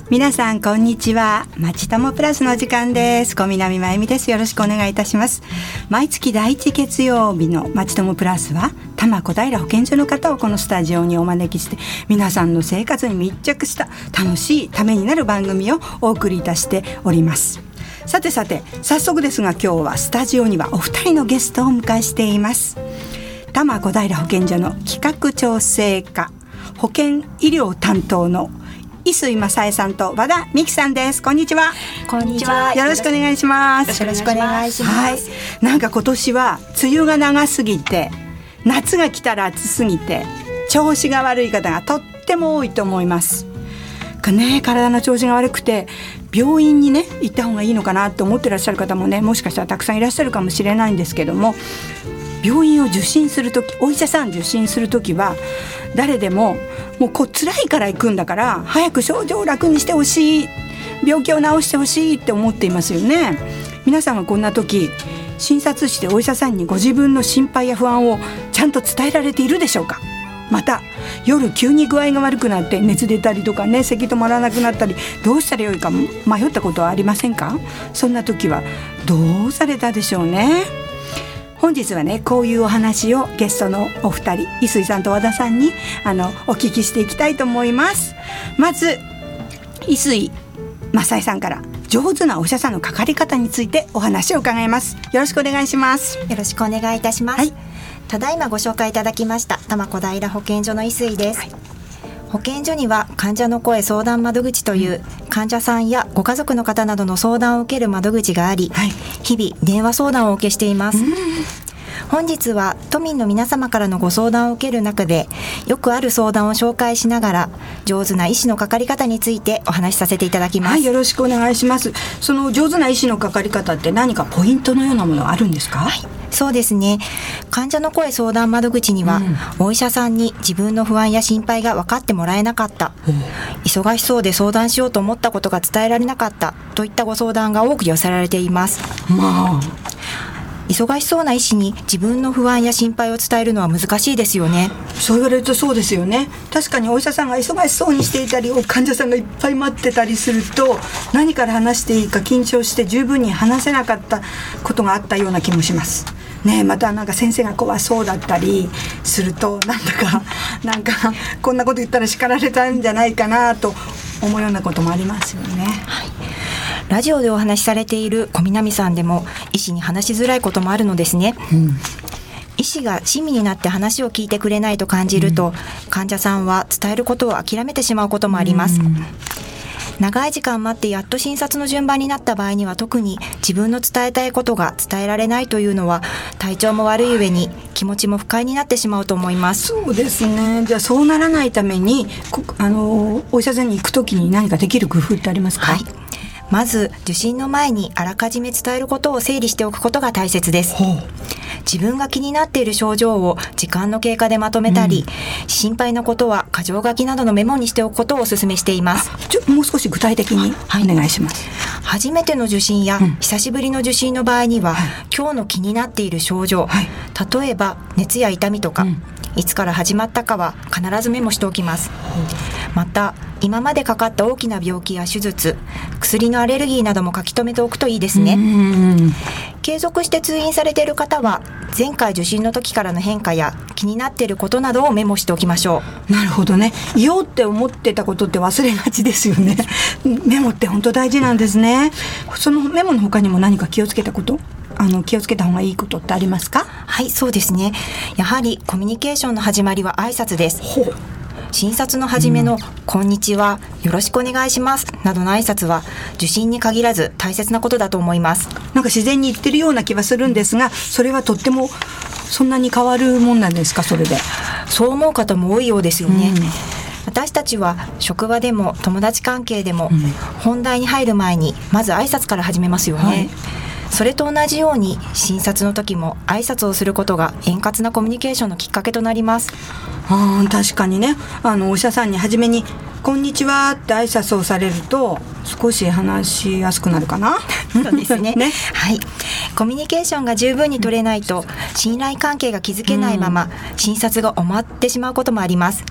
皆さんこんにちは。まちともプラスの時間です。小南真由美です。よろしくお願いいたします。毎月第1月曜日のまちともプラスは多摩小平保健所の方をこのスタジオにお招きして、皆さんの生活に密着した楽しいためになる番組をお送りいたしております。さて早速ですが、今日はスタジオにはお二人のゲストをお迎えしています。多摩小平保健所の企画調整課保健医療担当の磯井正恵さんと和田美希さんです。こんにちは。 こんにちは。 よろしくお願いします。 よろしくお願いします。 はい、なんか今年は梅雨が長すぎて、夏が来たら暑すぎて調子が悪い方がとっても多いと思いますね。体の調子が悪くて病院にね行った方がいいのかなと思ってらっしゃる方もね、もしかしたらたくさんいらっしゃるかもしれないんですけども、病院を受診するとき、お医者さん受診するときは誰でももう辛いから行くんだから、早く症状を楽にしてほしい、病気を治してほしいって思っていますよね。皆さんはこんな時、診察室でお医者さんにご自分の心配や不安をちゃんと伝えられているでしょうか。また夜急に具合が悪くなって熱出たりとかね、咳止まらなくなったり、どうしたらよいか迷ったことはありませんか。そんな時はどうされたでしょうね。本日はね、こういうお話をゲストのお二人、磯井さんと和田さんにお聞きしていきたいと思います。まず磯井正恵さんから上手なお医者さんのかかり方についてお話を伺います。よろしくお願いします。 よろしくお願いいたします。はい、ただいまご紹介いただきました多摩小平保健所の磯井です。はい、保健所には患者の声相談窓口という患者さんやご家族の方などの相談を受ける窓口があり、はい、日々電話相談をお受けしています。本日は都民の皆様からのご相談を受ける中で、よくある相談を紹介しながら上手な医師のかかり方についてお話しさせていただきます。 はい、よろしくお願いします。その上手な医師のかかり方って何かポイントのようなものあるんですか。 はい、そうですね。患者の声相談窓口には、お医者さんに自分の不安や心配が分かってもらえなかった、忙しそうで相談しようと思ったことが伝えられなかったといったご相談が多く寄せられています。忙しそうな医師に自分の不安や心配を伝えるのは難しいですよね。 そう言われるとそうですよね。確かにお医者さんが忙しそうにしていたり、患者さんがいっぱい待ってたりすると、何から話していいか緊張して十分に話せなかったことがあったような気もしますね。またなんか先生が怖そうだったりすると、なんかこんなこと言ったら叱られたんじゃないかなと思うようなこともありますよね。 はい、ラジオでお話しされている小南さんでも医師に話しづらいこともあるのですね。医師が親身になって話を聞いてくれないと感じると、患者さんは伝えることを諦めてしまうこともあります。長い時間待ってやっと診察の順番になった場合には、特に自分の伝えたいことが伝えられないというのは、体調も悪い上に気持ちも不快になってしまうと思います。 そうですね。じゃあそうならないためにお医者さんに行くときに何かできる工夫ってありますか。 はい、まず受診の前にあらかじめ伝えることを整理しておくことが大切です。自分が気になっている症状を時間の経過でまとめたり、心配なことは箇条書きなどのメモにしておくことをお勧めしています。 もう少し具体的にお願いします。 初めての受診や久しぶりの受診の場合には、今日の気になっている症状、例えば熱や痛みとか、いつから始まったかは必ずメモしておきます。また今までかかった大きな病気や手術、薬のアレルギーなども書き留めておくといいですね。継続して通院されている方は、前回受診の時からの変化や気になっていることなどをメモしておきましょう。なるほどね。言おうって思ってたことって忘れがちですよね。メモって本当大事なんですね。そのメモの他にも何か気をつけたこと、気をつけた方がいいことってありますか。 はい、そうですね。やはりコミュニケーションの始まりは挨拶です。診察の始めのこんにちは、よろしくお願いしますなどの挨拶は受診に限らず大切なことだと思います。 なんか自然に言ってるような気はするんですが、それはとってもそんなに変わるもんなんですか。それでそう思う方も多いようですよね。私たちは職場でも友達関係でも、本題に入る前にまず挨拶から始めますよね。それと同じように診察の時も挨拶をすることが円滑なコミュニケーションのきっかけとなります。 確かにね、お医者さんに初めにこんにちはって挨拶をされると少し話しやすくなるかな。 そうですね。はい、コミュニケーションが十分に取れないと信頼関係が築けないまま診察が終わってしまうこともあります。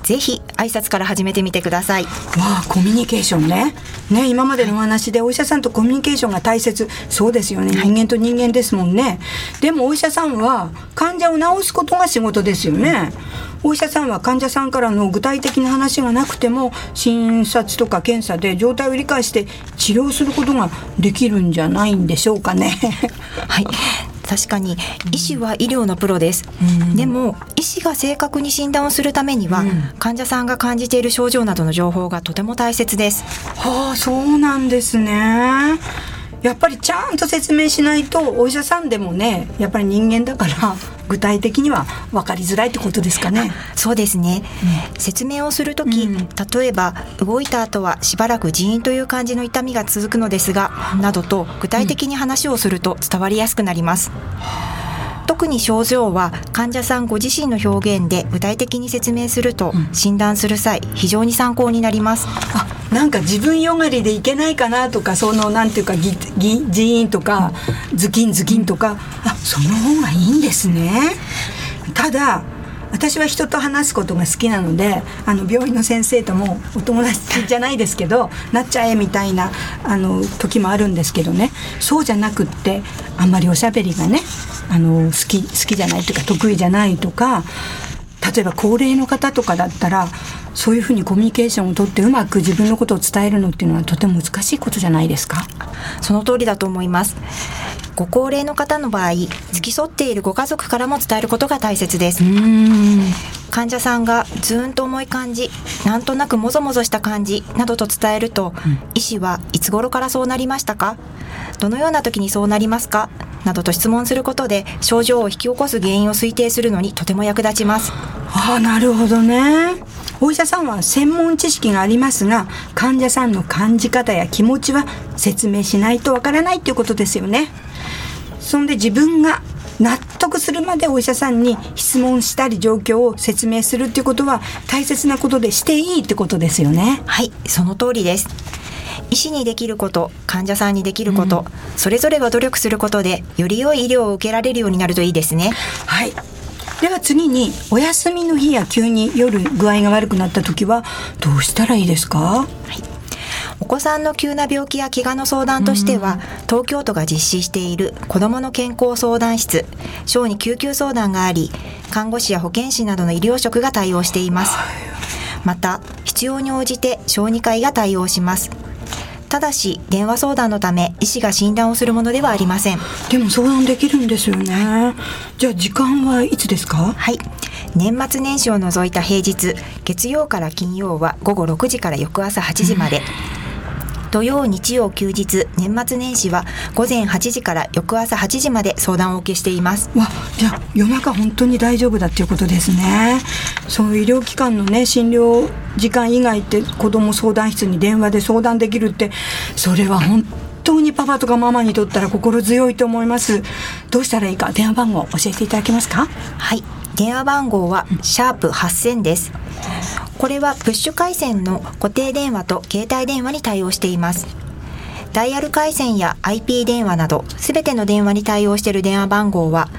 ぜひ挨拶から始めてみてください。 コミュニケーションね。今までのお話でお医者さんとコミュニケーションが大切、そうですよね。人間と人間ですもんね。でもお医者さんは患者を治すことが仕事ですよね。お医者さんは患者さんからの具体的な話がなくても診察とか検査で状態を理解して治療することができるんじゃないんでしょうかね。 はい、確かに医師は医療のプロです。でも医師が正確に診断をするためには、患者さんが感じている症状などの情報がとても大切です。 そうなんですね。やっぱりちゃんと説明しないとお医者さんでもね、やっぱり人間だから具体的には分かりづらいってことですかね。 そうですね、説明をするとき、例えば動いた後はしばらくジーンという感じの痛みが続くのですがなどと具体的に話をすると伝わりやすくなります。特に症状は患者さんご自身の表現で具体的に説明すると、診断する際非常に参考になります。 なんか自分よがりでいけないかなとか、なんていうかジーンとかズキンズキンとか、その方がいいんですね。ただ私は人と話すことが好きなので、病院の先生ともお友達じゃないですけどなっちゃえみたいな時もあるんですけどね、そうじゃなくってあんまりおしゃべりがね好きじゃないというか得意じゃないとか、例えば高齢の方とかだったらそういうふうにコミュニケーションをとってうまく自分のことを伝えるのっていうのはとても難しいことじゃないですか。 その通りだと思います。ご高齢の方の場合、付き添っているご家族からも伝えることが大切です。患者さんがずーんと重い感じ、なんとなくもぞもぞした感じなどと伝えると、医師はいつ頃からそうなりましたか、どのような時にそうなりますかなどと質問することで症状を引き起こす原因を推定するのにとても役立ちます。 なるほどね。お医者さんは専門知識がありますが、患者さんの感じ方や気持ちは説明しないとわからないということですよね。そんで自分が納得するまでお医者さんに質問したり状況を説明するっていうことは大切なことで、していいってことですよね。 はい、その通りです。医師にできること、患者さんにできること、それぞれが努力することでより良い医療を受けられるようになるといいですね。 はい。では次に、お休みの日や急に夜具合が悪くなった時はどうしたらいいですか？ お子さんの急な病気や怪我の相談としては、東京都が実施している子どもの健康相談室、小児救急相談があり、看護師や保健師などの医療職が対応しています。また必要に応じて小児科医が対応します。ただし電話相談のため医師が診断をするものではありません。 でも相談できるんですよね。じゃあ時間はいつですか？ はい、年末年始を除いた平日、月曜から金曜は午後6時から翌朝8時まで、土曜日曜休日年末年始は午前8時から翌朝8時まで相談を受けしています。 じゃあ夜中本当に大丈夫だっていうことですね。そういう医療機関のね、診療時間以外って子ども相談室に電話で相談できるって、それは本当にパパとかママにとったら心強いと思います。どうしたらいいか電話番号教えていただけますか？ はい、電話番号は#8000です。これはプッシュ回線の固定電話と携帯電話に対応しています。ダイヤル回線や IP 電話などすべての電話に対応している電話番号は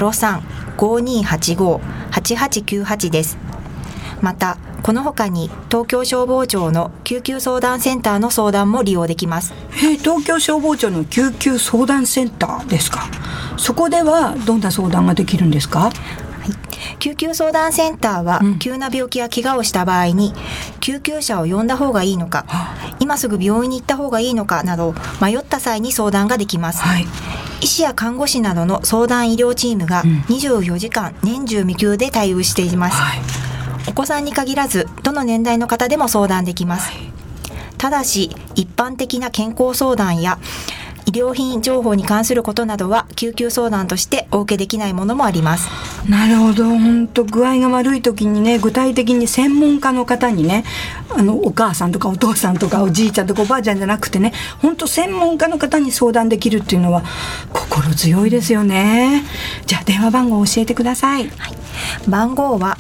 03-5285-8898 です。またこの他に東京消防庁の救急相談センターの相談も利用できます。 東京消防庁の救急相談センターですか。そこではどんな相談ができるんですか？ 救急相談センターは、急な病気や怪我をした場合に救急車を呼んだ方がいいのか、今すぐ病院に行った方がいいのかなど迷った際に相談ができます。医師や看護師などの相談医療チームが24時間年中無休で対応しています。お子さんに限らずどの年代の方でも相談できます。ただし一般的な健康相談や医療品情報に関することなどは救急相談としてお受けできないものもあります。 なるほど。本当具合が悪い時にね、具体的に専門家の方にね、お母さんとかお父さんとかおじいちゃんとかおばあちゃんじゃなくてね、本当専門家の方に相談できるっていうのは心強いですよね。じゃあ電話番号を教えてください。 番号は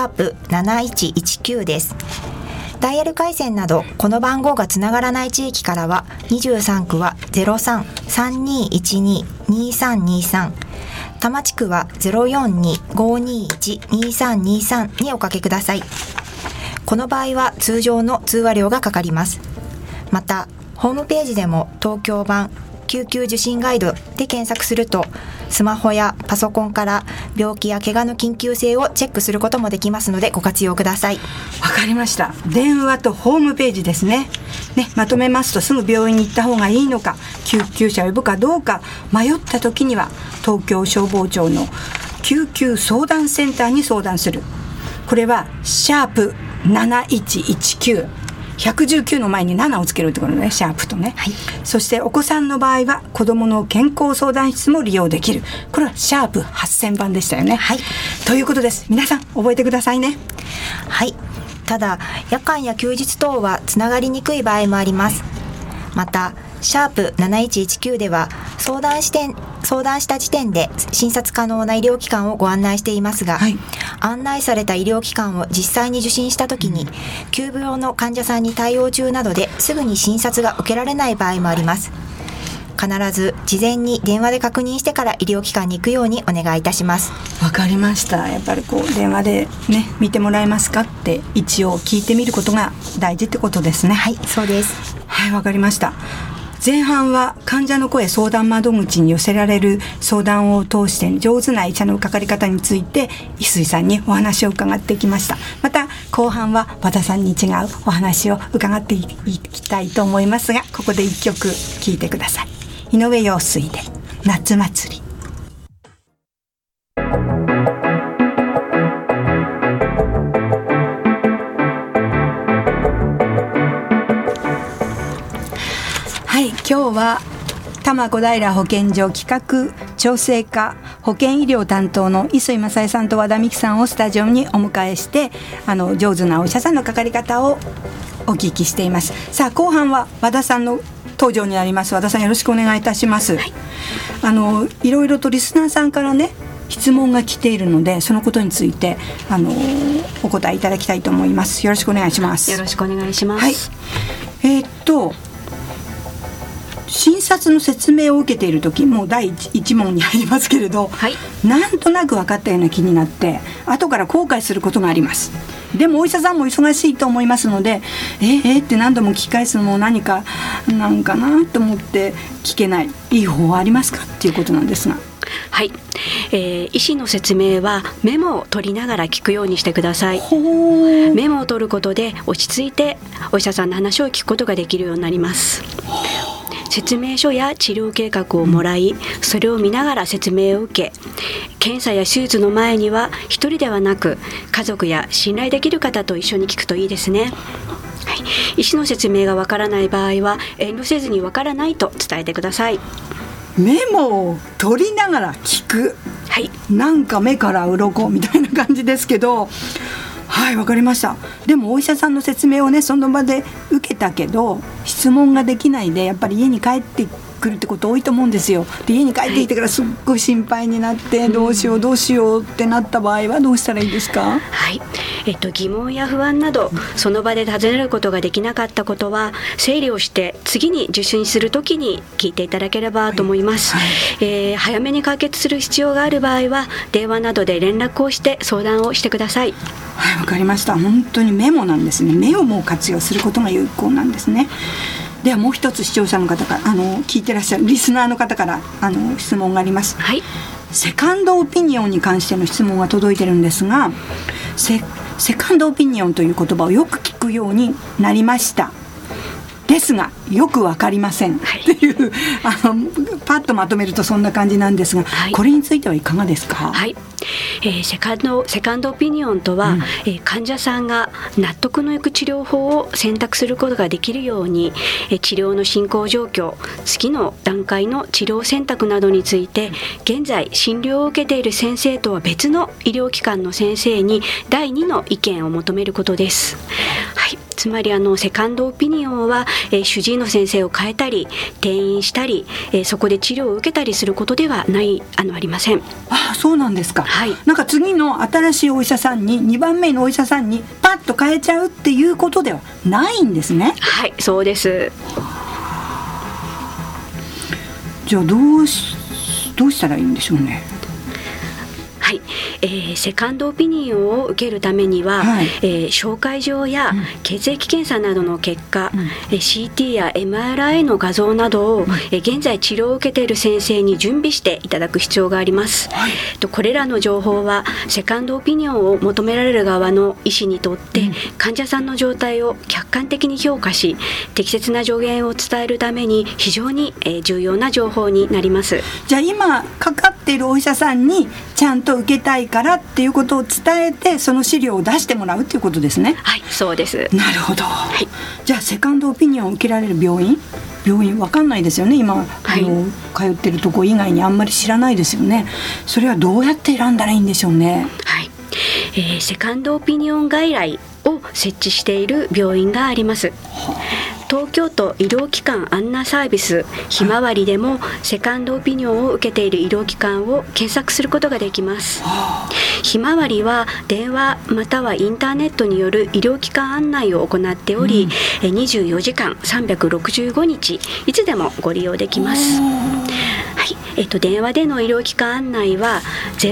#7119です。ダイヤル回線などこの番号がつながらない地域からは23区は 03-3212-2323、 多摩地区は 042-521-2323 におかけください。 この場合は通常の通話料がかかります。またホームページでも東京版救急受診ガイドで検索すると、スマホやパソコンから病気や怪我の緊急性をチェックすることもできますのでご活用ください。 わかりました。電話とホームページですね。まとめますと、すぐ病院に行った方がいいのか、救急車を呼ぶかどうか迷った時には東京消防庁の救急相談センターに相談する。これは#7119、119の前に7をつけるってことね、シャープとね、はい、そしてお子さんの場合は子どもの健康相談室も利用できる。これは#8000番でしたよね、はい、ということです。皆さん覚えてくださいね。 はい。ただ夜間や休日等はつながりにくい場合もあります。また#7119では相談した時点で診察可能な医療機関をご案内していますが、はい、案内された医療機関を実際に受診したときに、急病の患者さんに対応中などですぐに診察が受けられない場合もあります。必ず事前に電話で確認してから医療機関に行くようにお願いいたします。 わかりました。やっぱり電話でね、見てもらえますかって一応聞いてみることが大事ってことですね。 はい、そうです。 はい、わかりました。前半は患者の声相談窓口に寄せられる相談を通して上手な医者のかかり方について翡翠さんにお話を伺ってきました。また後半は和田さんに違うお話を伺っていきたいと思いますが、ここで一曲聴いてください。井上陽水で夏祭り。はい、今日は多摩小平保健所企画調整課保健医療担当の翡翠正恵さんと和田美希さんをスタジオにお迎えして、上手なお医者さんのかかり方をお聞きしています。さあ後半は和田さんの登場になります。和田さんよろしくお願いいたします。はい、いろいろとリスナーさんからね質問が来ているので、そのことについてお答えいただきたいと思います。よろしくお願いします。 よろしくお願いします。 はい、診察の説明を受けている時、もう第一問に入りますけれど、はい、なんとなく分かったような気になって後から後悔することがあります。でもお医者さんも忙しいと思いますのでって何度も聞き返すのも何かなんかなと思って聞けない。いい方法はありますかっていうことなんですが。 はい、医師の説明はメモを取りながら聞くようにしてください。メモを取ることで落ち着いてお医者さんの話を聞くことができるようになります。説明書や治療計画をもらい、それを見ながら説明を受け、検査や手術の前には一人ではなく家族や信頼できる方と一緒に聞くといいですね。はい、医師の説明がわからない場合は遠慮せずにわからないと伝えてください。 メモを取りながら聞く、はい、なんか目から鱗みたいな感じですけど、はい、わかりました。でもお医者さんの説明をねその場で受けたけど質問ができないでやっぱり家に帰ってくるってこと多いと思うんですよ。で家に帰ってきてからすっごい心配になってどうしようってなった場合はどうしたらいいですか？ はい、疑問や不安などその場で尋ねることができなかったことは整理をして次に受診するときに聞いていただければと思います。はいはい、早めに解決する必要がある場合は電話などで連絡をして相談をしてください。 はい、わかりました。本当にメモなんですね。メモを活用することが有効なんですね。ではもう一つ視聴者の方から聞いてらっしゃるリスナーの方から質問があります。はい、セカンドオピニオンに関しての質問が届いてるんですが、セカンドオピニオンという言葉をよく聞くようになりましたですがよくわかりません、はい、っていうパッとまとめるとそんな感じなんですが、はい、これについてはいかがですか？ はい、セカンドオピニオンとは、患者さんが納得のいく治療法を選択することができるように、治療の進行状況、次の段階の治療選択などについて現在診療を受けている先生とは別の医療機関の先生に第2の意見を求めることです。はい、つまりセカンドオピニオンは、主治医の先生を変えたり転院したり、そこで治療を受けたりすることではないありません。 あ、そうなんですか。 はい、 なんか次の新しいお医者さんに2番目のお医者さんにパッと変えちゃうっていうことではないんですね。 はい、そうです。 じゃあどうしたらいいんでしょうね。 はい、セカンドオピニオンを受けるためには、紹介状や血液検査などの結果、CT や MRI の画像などを、現在治療を受けている先生に準備していただく必要があります。これらの情報はセカンドオピニオンを求められる側の医師にとって、患者さんの状態を客観的に評価し、適切な助言を伝えるために非常に重要な情報になります。 じゃあ今かかっているお医者さんにちゃんと受けたいからっていうことを伝えて、その資料を出してもらうっていうことですね。 はい、そうです。 なるほど、じゃあセカンドオピニオンを受けられる病院わかんないですよね今、通ってるとこ以外にあんまり知らないですよね。それはどうやって選んだらいいんでしょうね。 セカンドオピニオン外来を設置している病院があります。東京都医療機関案内サービスひまわりでもセカンドオピニオンを受けている医療機関を検索することができます。ひまわりは電話またはインターネットによる医療機関案内を行っており、24時間365日いつでもご利用できます。電話での医療機関案内は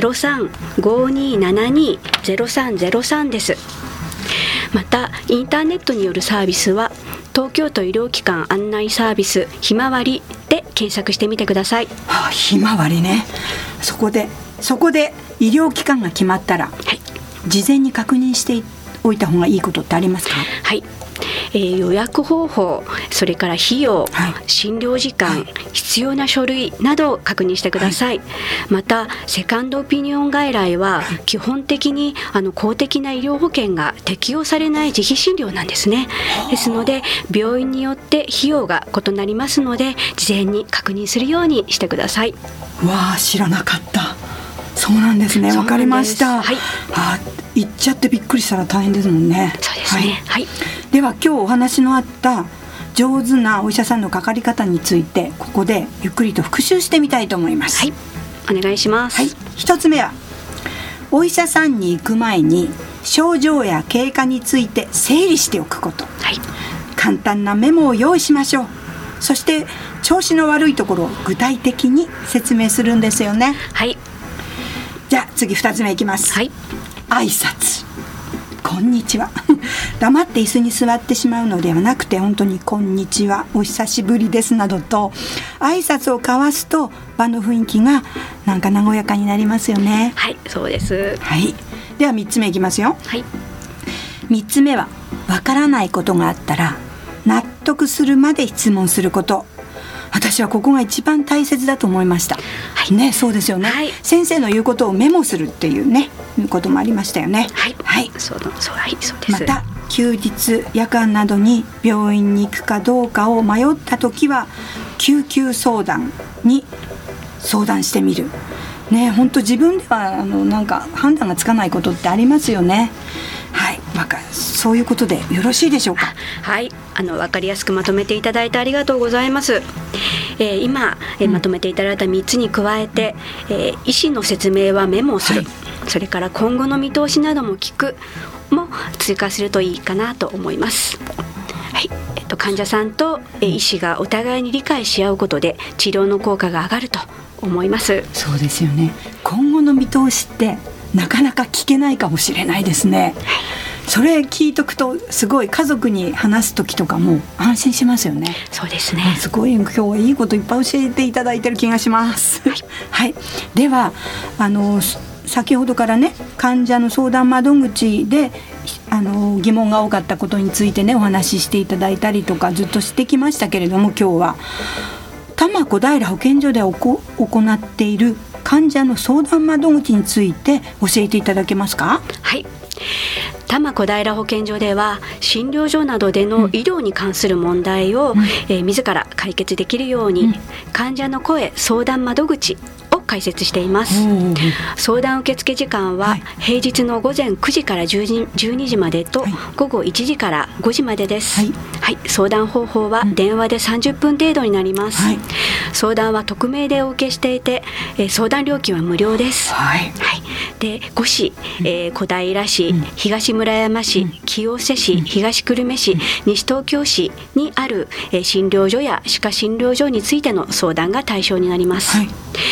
03-5272-0303 です。またインターネットによるサービスは東京都医療機関案内サービスひまわりで検索してみてください。 ひまわりね。そこで医療機関が決まったら、事前に確認しておいた方がいいことってありますか？ 予約方法、それから費用、診療時間、必要な書類などを確認してください。またセカンドオピニオン外来は基本的に公的な医療保険が適用されない自費診療なんですね。ですので病院によって費用が異なりますので、事前に確認するようにしてください。 わあ、知らなかった。そうなんですね。わかりました。行っちゃってびっくりしたら大変ですもんね。 そうですね。 では今日お話のあった上手なお医者さんのかかり方について、ここでゆっくりと復習してみたいと思います。 お願いします。 一つ目は、お医者さんに行く前に症状や経過について整理しておくこと。簡単なメモを用意しましょう。そして調子の悪いところを具体的に説明するんですよね。じゃあ次2つ目いきます。挨拶、こんにちは黙って椅子に座ってしまうのではなくて、本当にこんにちは、お久しぶりですなどと挨拶を交わすと場の雰囲気がなんか和やかになりますよね。 そうです。 では3つ目いきますよ。3つ目は、わからないことがあったら納得するまで質問すること。私はここが一番大切だと思いました。そうですよね。先生の言うことをメモするっていうね、いうこともありましたよね。 そうです。 また休日夜間などに病院に行くかどうかを迷った時は救急相談に相談してみる。本当自分ではなんか判断がつかないことってありますよね。そういうことでよろしいでしょうか？ 分かりやすくまとめていただいてありがとうございます。今、まとめていただいた3つに加えて、医師の説明はメモをする、それから今後の見通しなども聞くも追加するといいかなと思います。患者さんと医師がお互いに理解し合うことで治療の効果が上がると思います。 そうですよね。今後の見通しってなかなか聞けないかもしれないですね。それ聞いとくとすごい家族に話す時とかも安心しますよね。 そうですね。 すごい今日はいいこといっぱい教えていただいてる気がします。では先ほどからね、患者の相談窓口で疑問が多かったことについてね、お話ししていただいたりとかずっとしてきましたけれども、今日は多摩小平保健所で行っている患者の相談窓口について教えていただけますか？ 多摩小平保健所では診療所などでの医療に関する問題を、自ら解決できるように、患者の声相談窓口を開設しています。相談受付時間は平日の午前9時から12時までと、午後1時から5時までです。相談方法は電話で30分程度になります。相談は匿名でお受けしていて、相談料金は無料です。で5市、小平市、東村山市、清瀬市、東久留米市、西東京市にある診療所や歯科診療所についての相談が対象になります。こち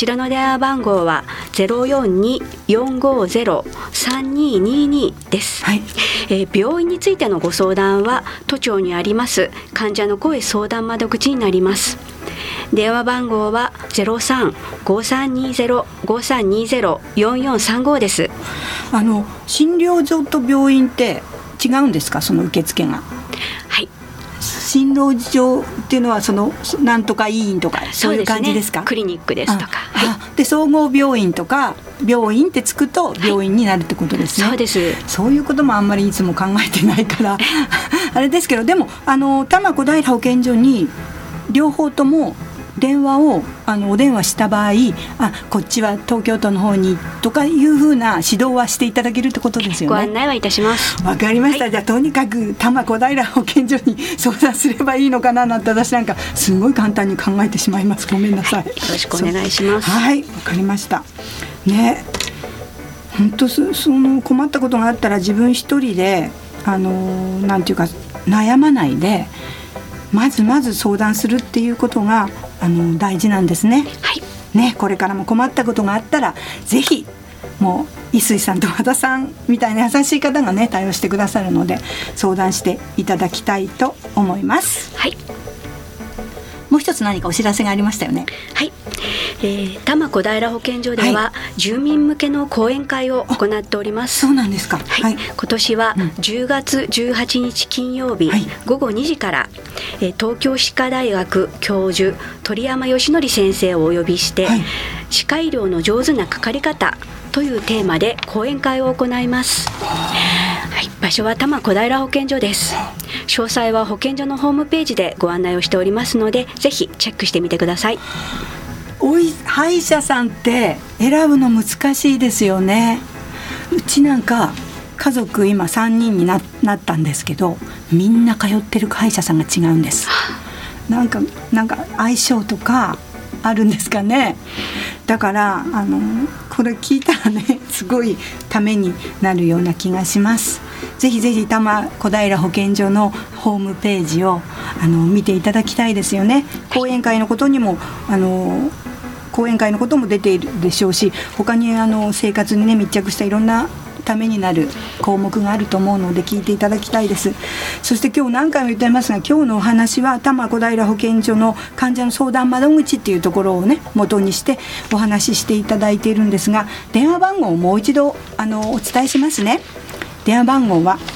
ちらの電話番号は 042-450-3222 です、はい。病院についてのご相談は都庁にあります患者の声相談窓口になります。電話番号は 03-5320-4435 です。 診療所と病院って違うんですか、その受付が。はい。診療所っていうのはなんとか医院とかそういう感じですか。 クリニックですとか。 で総合病院とか病院ってつくと病院になるってことですね。 そうです。 そういうこともあんまりいつも考えてないからあれですけど、でも多摩小平保健所に両方とも電話をお電話した場合、こっちは東京都の方にとかいうふうな指導はしていただけるってことですよね。 ご案内はいたします。 わかりました、はい。じゃあとにかく多摩小平保健所に相談すればいいのかななんて私なんかすごい簡単に考えてしまいます。ごめんなさい。 よろしくお願いします。 はい、わかりましたね。本当困ったことがあったら自分一人でなんていうか悩まないでまず相談するっていうことが大事なんですね。はい。ね、これからも困ったことがあったらぜひもう翡翠さんと和田さんみたいな優しい方がね対応してくださるので相談していただきたいと思います。はい。もう一つ何かお知らせがありましたよね。はい。 多摩小平保健所では、住民向けの講演会を行っております。 そうなんですか。 はい。今年は10月18日金曜日、午後2時から、東京歯科大学教授鳥山義則先生をお呼びして、歯科医療の上手なかかり方というテーマで講演会を行います。はい、場所は多摩小平保健所です。詳細は保健所のホームページでご案内をしておりますのでぜひチェックしてみてください。 歯医者さんって選ぶの難しいですよね。うちなんか家族今3人に なったんですけどみんな通ってる歯医者さんが違うんです。なんか相性とかあるんですかね。だからこれ聞いたらねすごいためになるような気がします。ぜひぜひ多摩小平保健所のホームページを見ていただきたいですよね。講演会のことにも講演会のことも出ているでしょうし他に生活にね密着したいろんなためになる項目があると思うので聞いていただきたいです。そして今日何回も言っていますが今日のお話は多摩小平保健所の患者の相談窓口っていうところをね元にしてお話ししていただいているんですが電話番号をもう一度お伝えしますね。電話番号は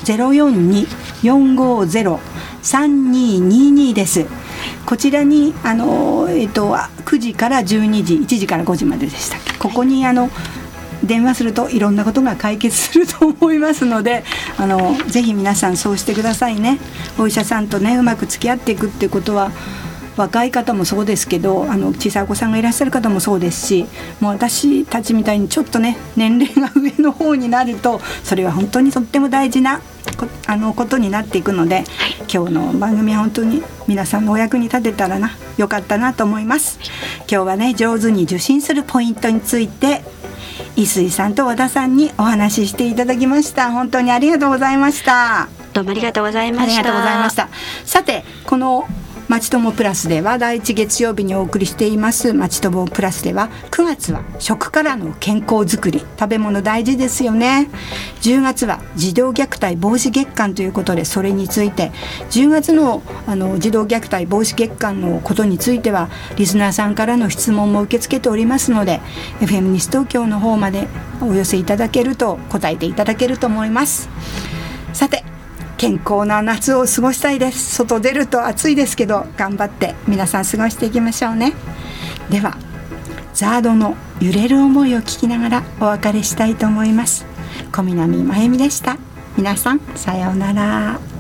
042-450-3222 です。こちらに9時から12時1時から5時まででしたっけ。ここに電話するといろんなことが解決すると思いますのでぜひ皆さんそうしてくださいね。お医者さんとねうまく付き合っていくっていうことは若い方もそうですけど小さいお子さんがいらっしゃる方もそうですしもう私たちみたいにちょっとね年齢が上の方になるとそれは本当にとっても大事なことになっていくので今日の番組は本当に皆さんのお役に立てたらよかったなと思います。今日はね上手に受診するポイントについて翡翠さんと和田さんにお話ししていただきました。本当にありがとうございました。 どうもありがとうございました。 ありがとうございました。さてこのまちともプラスでは第1月曜日にお送りしていますまちともプラスでは9月は食からの健康づくり食べ物大事ですよね。10月は児童虐待防止月間ということでそれについて10月の児童虐待防止月間のことについてはリスナーさんからの質問も受け付けておりますので FM 西東京の方までお寄せいただけると答えていただけると思います。さて健康な夏を過ごしたいです。外出ると暑いですけど頑張って皆さん過ごしていきましょうね。ではザードの揺れる思いを聞きながらお別れしたいと思います。小南真由美でした。皆さんさようなら。